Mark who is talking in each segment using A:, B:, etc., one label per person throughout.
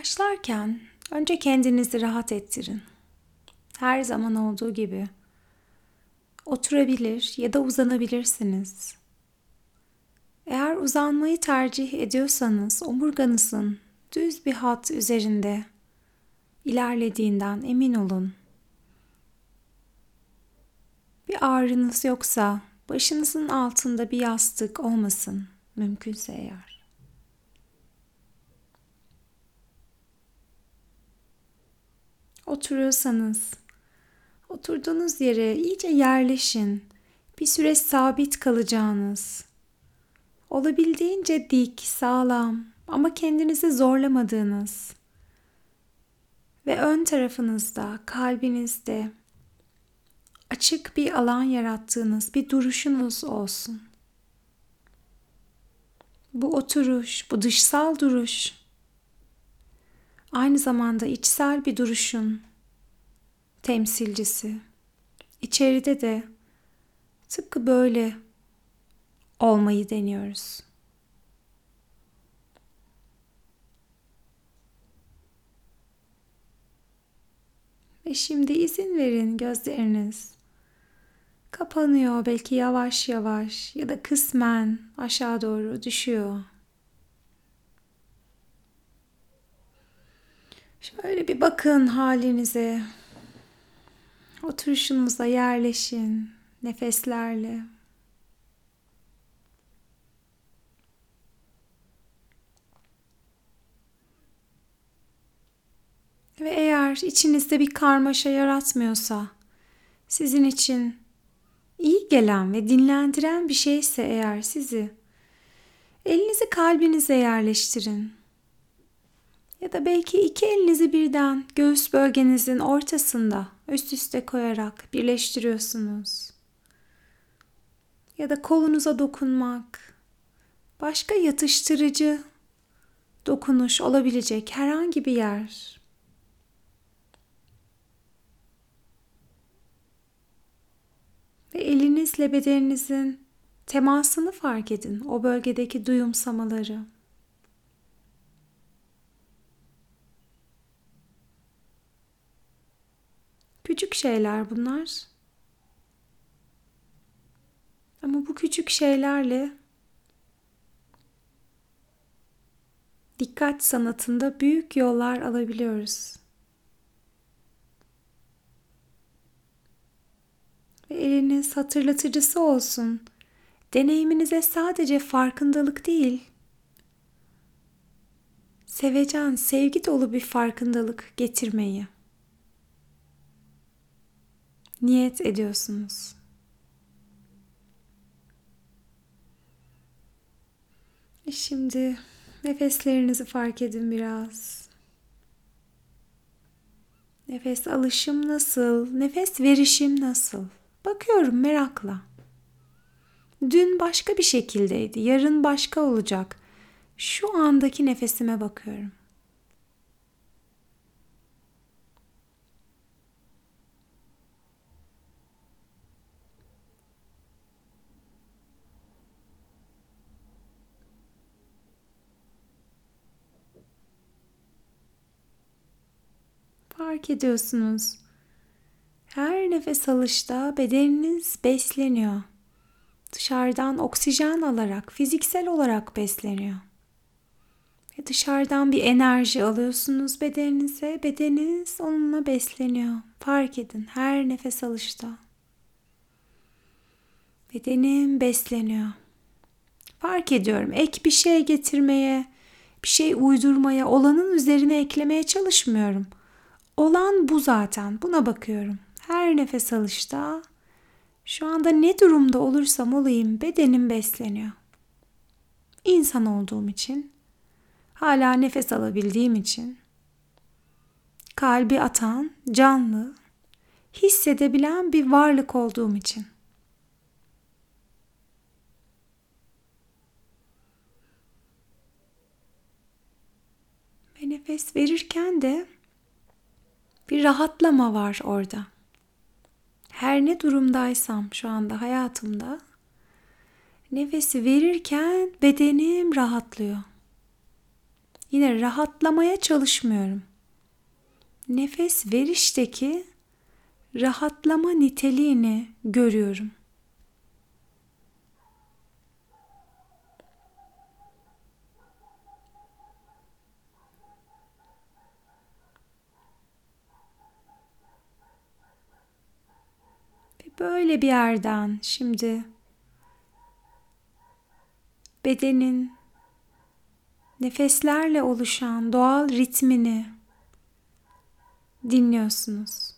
A: Başlarken önce kendinizi rahat ettirin. Her zaman olduğu gibi oturabilir ya da uzanabilirsiniz. Eğer uzanmayı tercih ediyorsanız omurganızın düz bir hat üzerinde ilerlediğinden emin olun. Bir ağrınız yoksa başınızın altında bir yastık olmasın, mümkünse eğer. Oturuyorsanız oturduğunuz yere iyice yerleşin. Bir süre sabit kalacağınız, olabildiğince dik, sağlam ama kendinizi zorlamadığınız ve ön tarafınızda, kalbinizde açık bir alan yarattığınız bir duruşunuz olsun. Bu oturuş, bu dışsal duruş aynı zamanda içsel bir duruşun temsilcisi. İçeride de tıpkı böyle olmayı deniyoruz. Ve şimdi izin verin, gözleriniz kapanıyor, belki yavaş yavaş ya da kısmen aşağı doğru düşüyor. Şöyle bir bakın halinize. Oturuşunuza yerleşin nefeslerle. Ve eğer içinizde bir karmaşa yaratmıyorsa, sizin için iyi gelen ve dinlendiren bir şeyse eğer sizi, elinizi kalbinize yerleştirin. Ya da belki iki elinizi birden göğüs bölgenizin ortasında üst üste koyarak birleştiriyorsunuz. Ya da kolunuza dokunmak, başka yatıştırıcı dokunuş olabilecek herhangi bir yer. Ve elinizle bedeninizin temasını fark edin, o bölgedeki duyumsamaları. Küçük şeyler bunlar. Ama bu küçük şeylerle dikkat sanatında büyük yollar alabiliyoruz. Ve eliniz hatırlatıcısı olsun. Deneyiminize sadece farkındalık değil, sevecen, sevgi dolu bir farkındalık getirmeyi niyet ediyorsunuz. Şimdi nefeslerinizi fark edin biraz. Nefes alışım nasıl? Nefes verişim nasıl? Bakıyorum merakla. Dün başka bir şekildeydi, yarın başka olacak. Şu andaki nefesime bakıyorum. Fark ediyorsunuz. Her nefes alışta bedeniniz besleniyor. Dışarıdan oksijen alarak, fiziksel olarak besleniyor. Ve dışarıdan bir enerji alıyorsunuz bedeninize, bedeniniz onunla besleniyor. Fark edin her nefes alışta. Bedenim besleniyor. Fark ediyorum ek bir şey getirmeye, bir şey uydurmaya, olanın üzerine eklemeye çalışmıyorum. Olan bu zaten, buna bakıyorum. Her nefes alışta şu anda ne durumda olursam olayım bedenim besleniyor. İnsan olduğum için, hala nefes alabildiğim için, kalbi atan, canlı, hissedebilen bir varlık olduğum için. Ve nefes verirken de bir rahatlama var orada. Her ne durumdaysam şu anda hayatımda, nefesi verirken bedenim rahatlıyor. Yine rahatlamaya çalışmıyorum. Nefes verişteki rahatlama niteliğini görüyorum. Ve böyle bir yerden şimdi bedenin nefeslerle oluşan doğal ritmini dinliyorsunuz.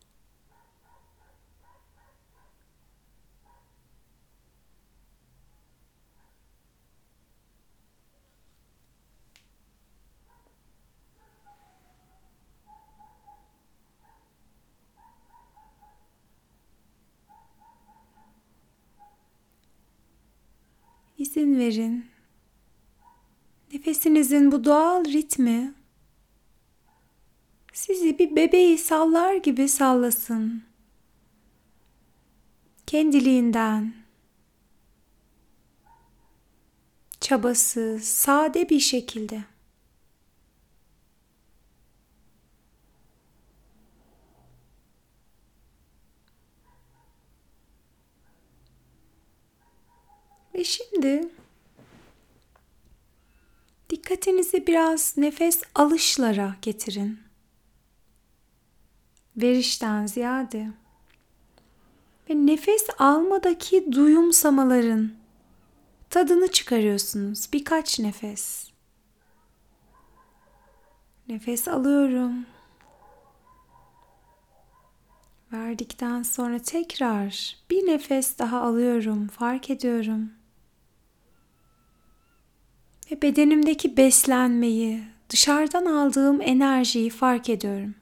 A: İzin verin. Nefesinizin bu doğal ritmi sizi bir bebeği sallar gibi sallasın. Kendiliğinden, çabasız, sade bir şekilde. Ve şimdi dikkatinizi biraz nefes alışlara getirin. Verişten ziyade. Ve nefes almadaki duyumsamaların tadını çıkarıyorsunuz. Birkaç nefes. Nefes alıyorum. Verdikten sonra tekrar bir nefes daha alıyorum. Fark ediyorum. Ve bedenimdeki beslenmeyi, dışarıdan aldığım enerjiyi fark ediyorum.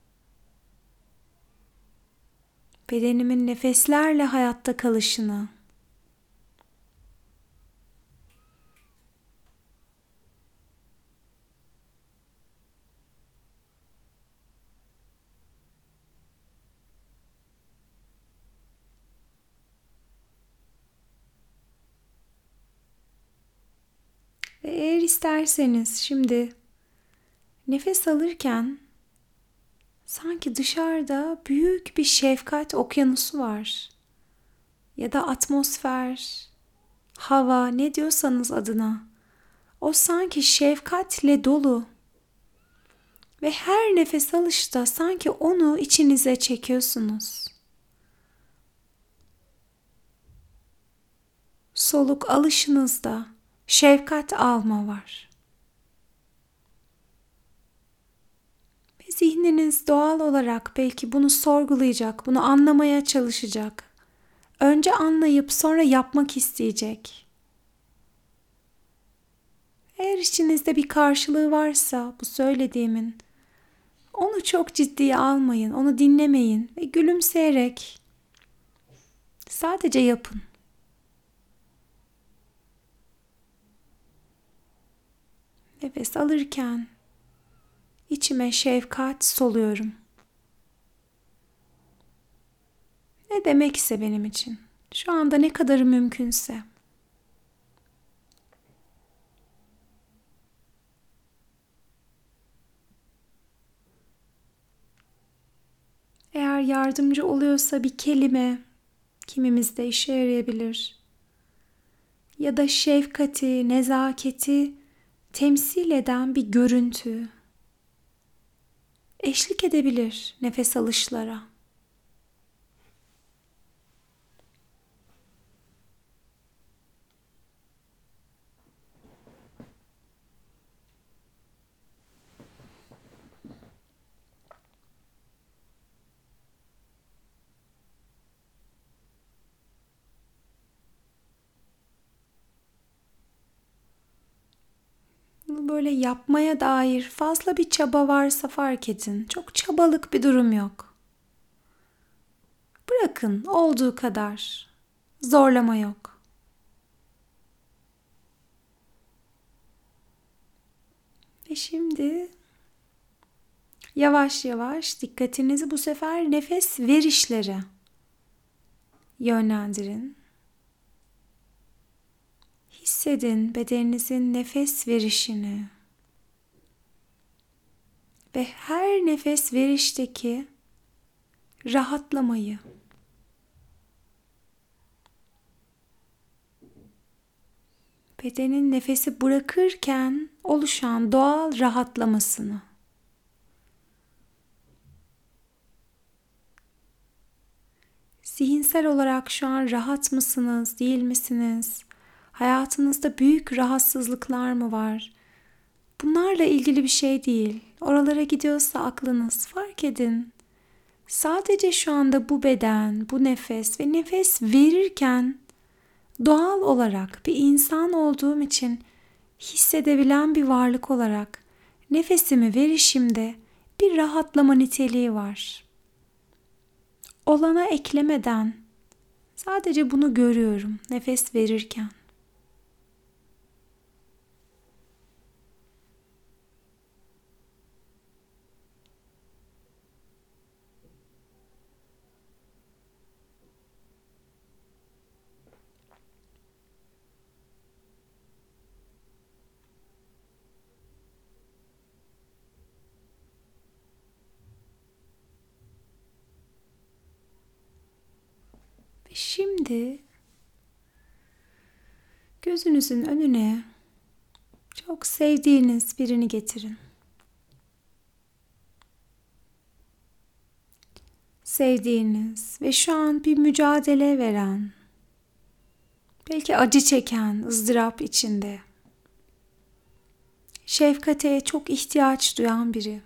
A: Bedenimin nefeslerle hayatta kalışını. Ve eğer isterseniz şimdi nefes alırken sanki dışarıda büyük bir şefkat okyanusu var. Ya da atmosfer, hava, ne diyorsanız adına. O sanki şefkatle dolu. Ve her nefes alışta sanki onu içinize çekiyorsunuz. Soluk alışınızda şefkat alma var. Ve zihniniz doğal olarak belki bunu sorgulayacak, bunu anlamaya çalışacak. Önce anlayıp sonra yapmak isteyecek. Eğer içinizde bir karşılığı varsa bu söylediğimin, onu çok ciddiye almayın, onu dinlemeyin ve gülümseyerek sadece yapın. Nefes alırken içime şefkat soluyorum. Ne demekse benim için, şu anda ne kadarı mümkünse. Eğer yardımcı oluyorsa bir kelime, kimimizde işe yarayabilir. Ya da şefkati, nezaketi temsil eden bir görüntü eşlik edebilir nefes alışlara. Bunu böyle yapmaya dair fazla bir çaba varsa fark edin. Çok çabalık bir durum yok. Bırakın olduğu kadar. Zorlama yok. Ve şimdi yavaş yavaş dikkatinizi bu sefer nefes verişlere yönlendirin. Hissedin bedeninizin nefes verişini. ve her nefes verişteki rahatlamayı, bedenin nefesi bırakırken oluşan doğal rahatlamasını. Zihinsel olarak şu an rahat mısınız, değil misiniz? Hayatınızda büyük rahatsızlıklar mı var? Bunlarla ilgili bir şey değil. Oralara gidiyorsa aklınız, fark edin. Sadece şu anda bu beden, bu nefes ve nefes verirken doğal olarak bir insan olduğum için hissedebilen bir varlık olarak nefesimi verişimde bir rahatlama niteliği var. Olana eklemeden sadece bunu görüyorum nefes verirken. Ve şimdi gözünüzün önüne çok sevdiğiniz birini getirin. Sevdiğiniz ve şu an bir mücadele veren, belki acı çeken, ızdırap içinde, şefkate çok ihtiyaç duyan biri.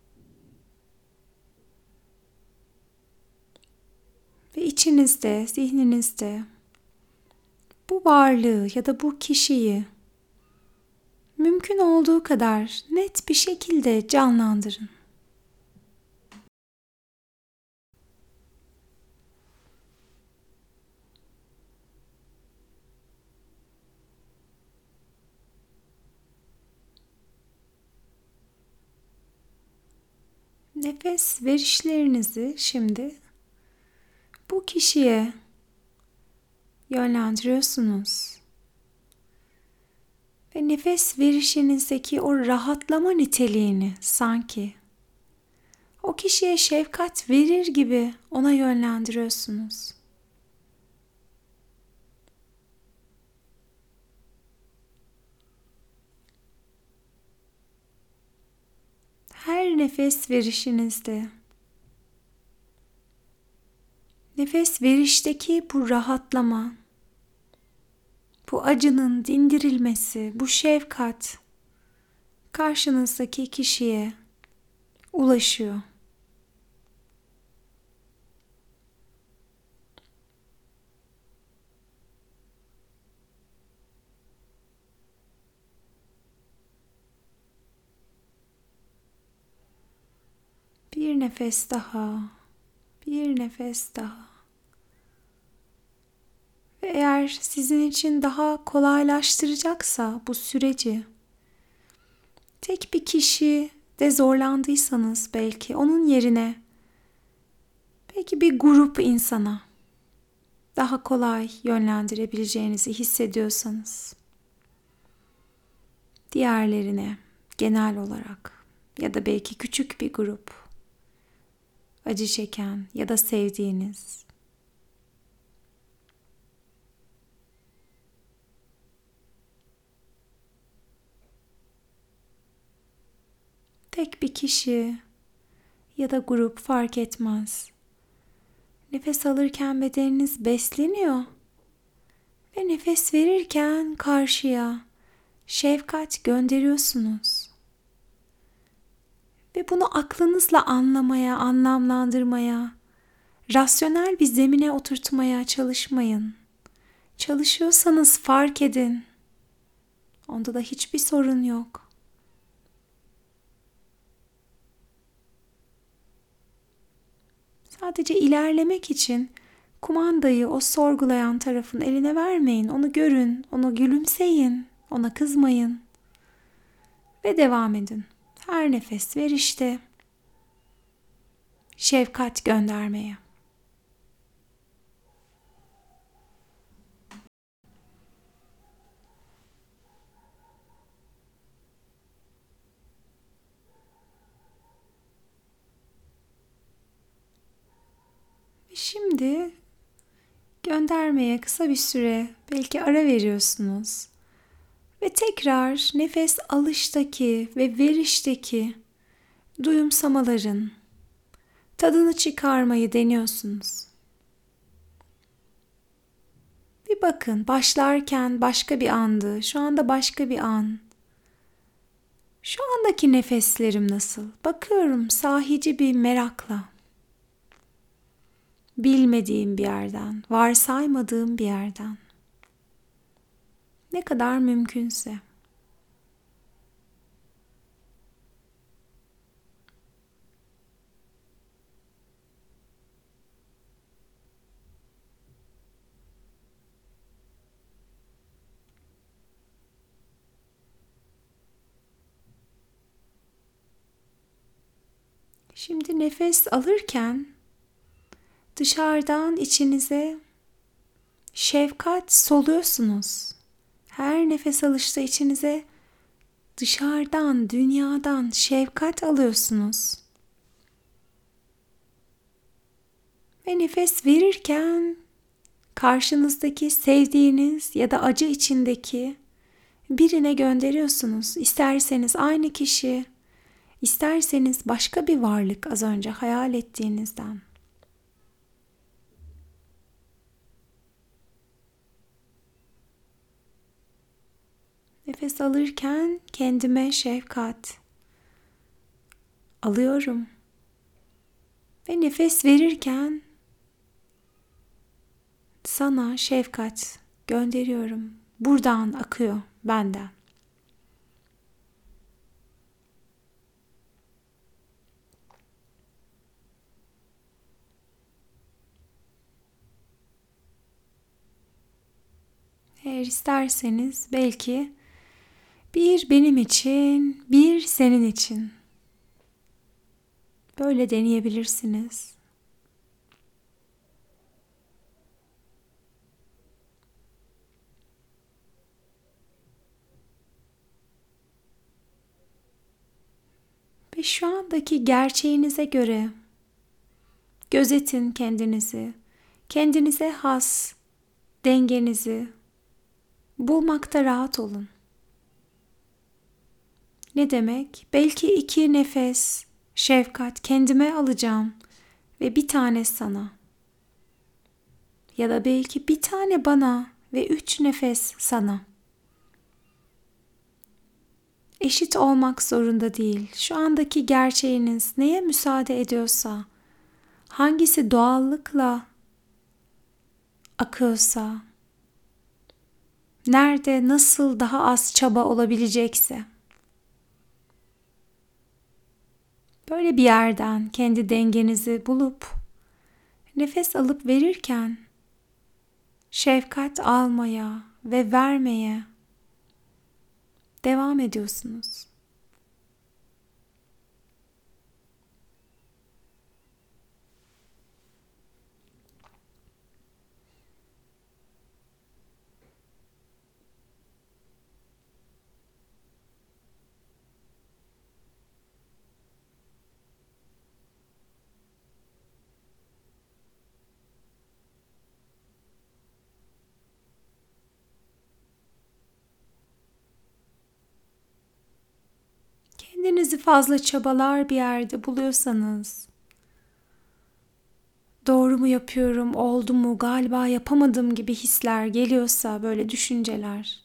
A: Ve içinizde, zihninizde bu varlığı ya da bu kişiyi mümkün olduğu kadar net bir şekilde canlandırın. Nefes verişlerinizi şimdi bu kişiye yönlendiriyorsunuz. Ve nefes verişinizdeki o rahatlama niteliğini sanki o kişiye şefkat verir gibi ona yönlendiriyorsunuz. Her nefes verişinizde nefes verişteki bu rahatlama, bu acının dindirilmesi, bu şefkat karşınızdaki kişiye ulaşıyor. Bir nefes daha, bir nefes daha. Ve eğer sizin için daha kolaylaştıracaksa bu süreci, tek bir kişi de zorlandıysanız belki onun yerine belki bir grup insana daha kolay yönlendirebileceğinizi hissediyorsanız diğerlerine genel olarak ya da belki küçük bir grup acı çeken ya da sevdiğiniz. Tek bir kişi ya da grup fark etmez. Nefes alırken bedeniniz besleniyor ve nefes verirken karşıya şefkat gönderiyorsunuz. Ve bunu aklınızla anlamaya, anlamlandırmaya, rasyonel bir zemine oturtmaya çalışmayın. Çalışıyorsanız fark edin. Onda da hiçbir sorun yok. Sadece ilerlemek için kumandayı o sorgulayan tarafın eline vermeyin. Onu görün, onu gülümseyin, ona kızmayın. Ve devam edin. Her nefes verişte şefkat göndermeye. Şimdi göndermeye kısa bir süre belki ara veriyorsunuz. Ve tekrar nefes alıştaki ve verişteki duyumsamaların tadını çıkarmayı deniyorsunuz. Bir bakın, başlarken başka bir andı, şu anda başka bir an. Şu andaki nefeslerim nasıl? Bakıyorum sahici bir merakla. Bilmediğim bir yerden, varsaymadığım bir yerden. Ne kadar mümkünse. Şimdi nefes alırken dışarıdan içinize şefkat soluyorsunuz. Her nefes alışta içinize dışarıdan, dünyadan şefkat alıyorsunuz. Ve nefes verirken karşınızdaki sevdiğiniz ya da acı içindeki birine gönderiyorsunuz. İsterseniz aynı kişi, isterseniz başka bir varlık az önce hayal ettiğinizden. Nefes alırken kendime şefkat alıyorum. Ve nefes verirken sana şefkat gönderiyorum. Buradan akıyor benden. Eğer isterseniz belki bir benim için, bir senin için. Böyle deneyebilirsiniz. Ve şu andaki gerçeğinize göre gözetin kendinizi, kendinize has dengenizi bulmakta rahat olun. Ne demek? Belki 2 nefes şefkat kendime alacağım ve bir tane sana. Ya da belki bir tane bana ve 3 nefes sana. Eşit olmak zorunda değil. Şu andaki gerçeğiniz neye müsaade ediyorsa, hangisi doğallıkla akıyorsa, nerede nasıl daha az çaba olabilecekse. Böyle bir yerden kendi dengenizi bulup nefes alıp verirken şefkat almaya ve vermeye devam ediyorsunuz. Kendinizi fazla çabalar bir yerde buluyorsanız, doğru mu yapıyorum, oldu mu, galiba yapamadım gibi hisler geliyorsa, böyle düşünceler.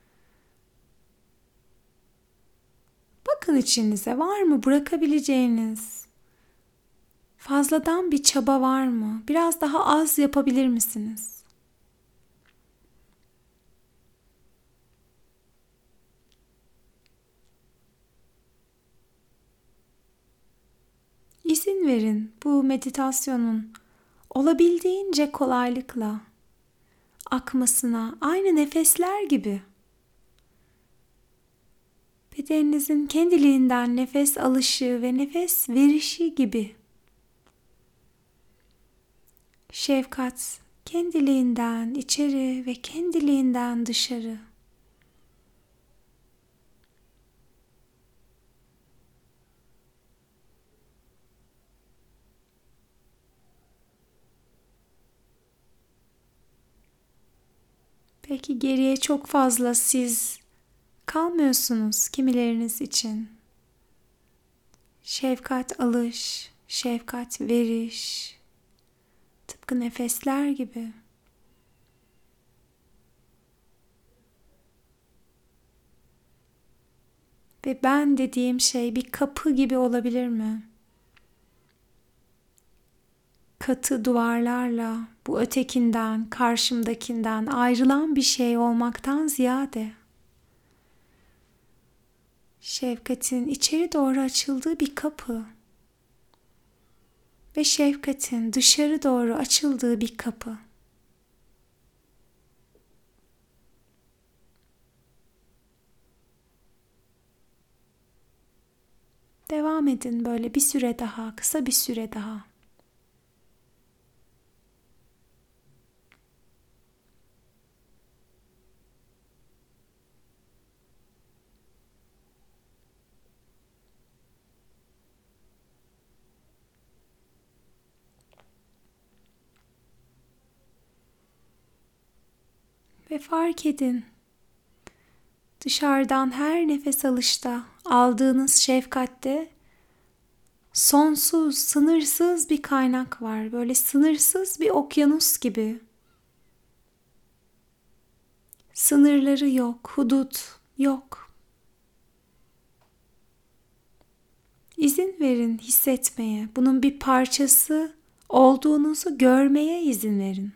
A: Bakın içinize, var mı bırakabileceğiniz? Fazladan bir çaba var mı? Biraz daha az yapabilir misiniz? İzin verin bu meditasyonun olabildiğince kolaylıkla akmasına, aynı nefesler gibi. Bedeninizin kendiliğinden nefes alışı ve nefes verişi gibi. Şefkat kendiliğinden içeri ve kendiliğinden dışarı. Belki geriye çok fazla siz kalmıyorsunuz kimileriniz için. Şefkat alış, şefkat veriş. Tıpkı nefesler gibi. Ve ben dediğim şey bir kapı gibi olabilir mi? Katı duvarlarla bu ötekinden, karşımdakinden ayrılan bir şey olmaktan ziyade şefkatin içeri doğru açıldığı bir kapı ve şefkatin dışarı doğru açıldığı bir kapı. Devam edin böyle bir süre daha, kısa bir süre daha. Ve fark edin, dışarıdan her nefes alışta aldığınız şefkatte sonsuz, sınırsız bir kaynak var. Böyle sınırsız bir okyanus gibi. Sınırları yok, hudut yok. İzin verin hissetmeye, bunun bir parçası olduğunuzu görmeye izin verin.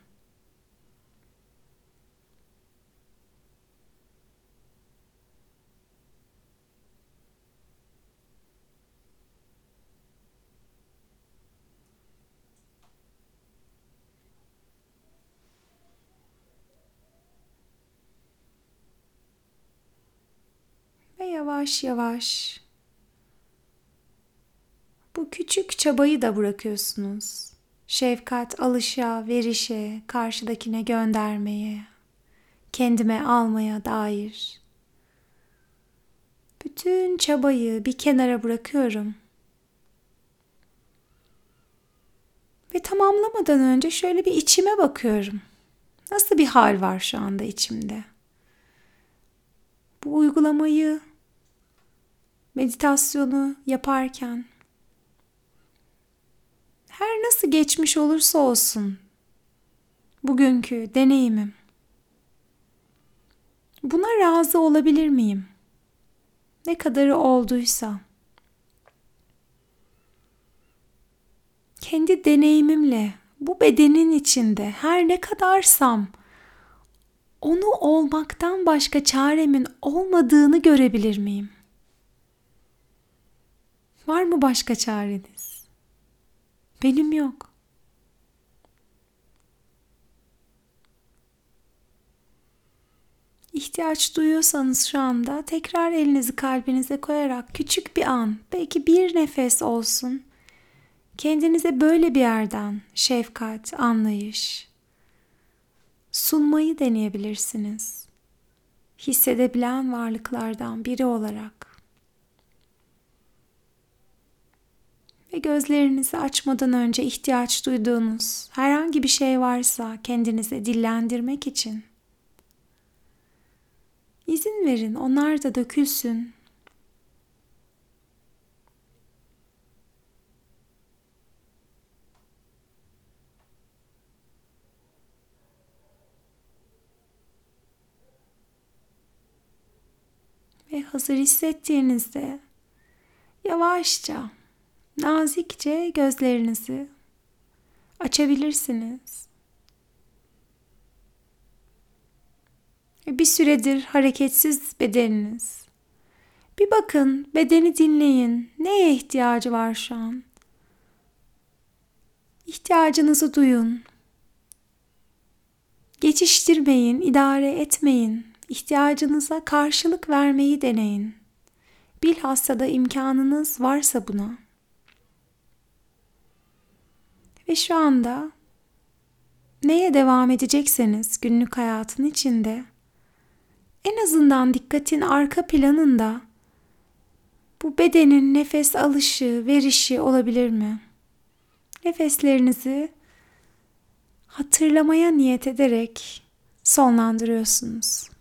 A: Ve yavaş yavaş bu küçük çabayı da bırakıyorsunuz. Şefkat alışa, verişe, karşıdakine göndermeye, kendime almaya dair. Bütün çabayı bir kenara bırakıyorum. Ve tamamlamadan önce şöyle bir içime bakıyorum. Nasıl bir hal var şu anda içimde? Bu uygulamayı, meditasyonu yaparken her nasıl geçmiş olursa olsun bugünkü deneyimim, buna razı olabilir miyim? Ne kadarı olduysa kendi deneyimimle bu bedenin içinde her ne kadarsam onu olmaktan başka çaremin olmadığını görebilir miyim? Var mı başka çareniz? Benim yok. İhtiyaç duyuyorsanız şu anda tekrar elinizi kalbinize koyarak küçük bir an, belki bir nefes olsun, kendinize böyle bir yerden şefkat, anlayış sunmayı deneyebilirsiniz. Hissedebilen varlıklardan biri olarak. Ve gözlerinizi açmadan önce ihtiyaç duyduğunuz herhangi bir şey varsa kendinize dillendirmek için İzin verin, onlar da dökülsün. Ve hazır hissettiğinizde yavaşça, nazikçe gözlerinizi açabilirsiniz. Bir süredir hareketsiz bedeniniz. Bir bakın, bedeni dinleyin. Neye ihtiyacı var şu an? İhtiyacınızı duyun. Geçiştirmeyin, idare etmeyin. İhtiyacınıza karşılık vermeyi deneyin. Bilhassa da imkanınız varsa buna. Ve şu anda neye devam edecekseniz günlük hayatın içinde en azından dikkatin arka planında bu bedenin nefes alışı, verişi olabilir mi? Nefeslerinizi hatırlamaya niyet ederek sonlandırıyorsunuz.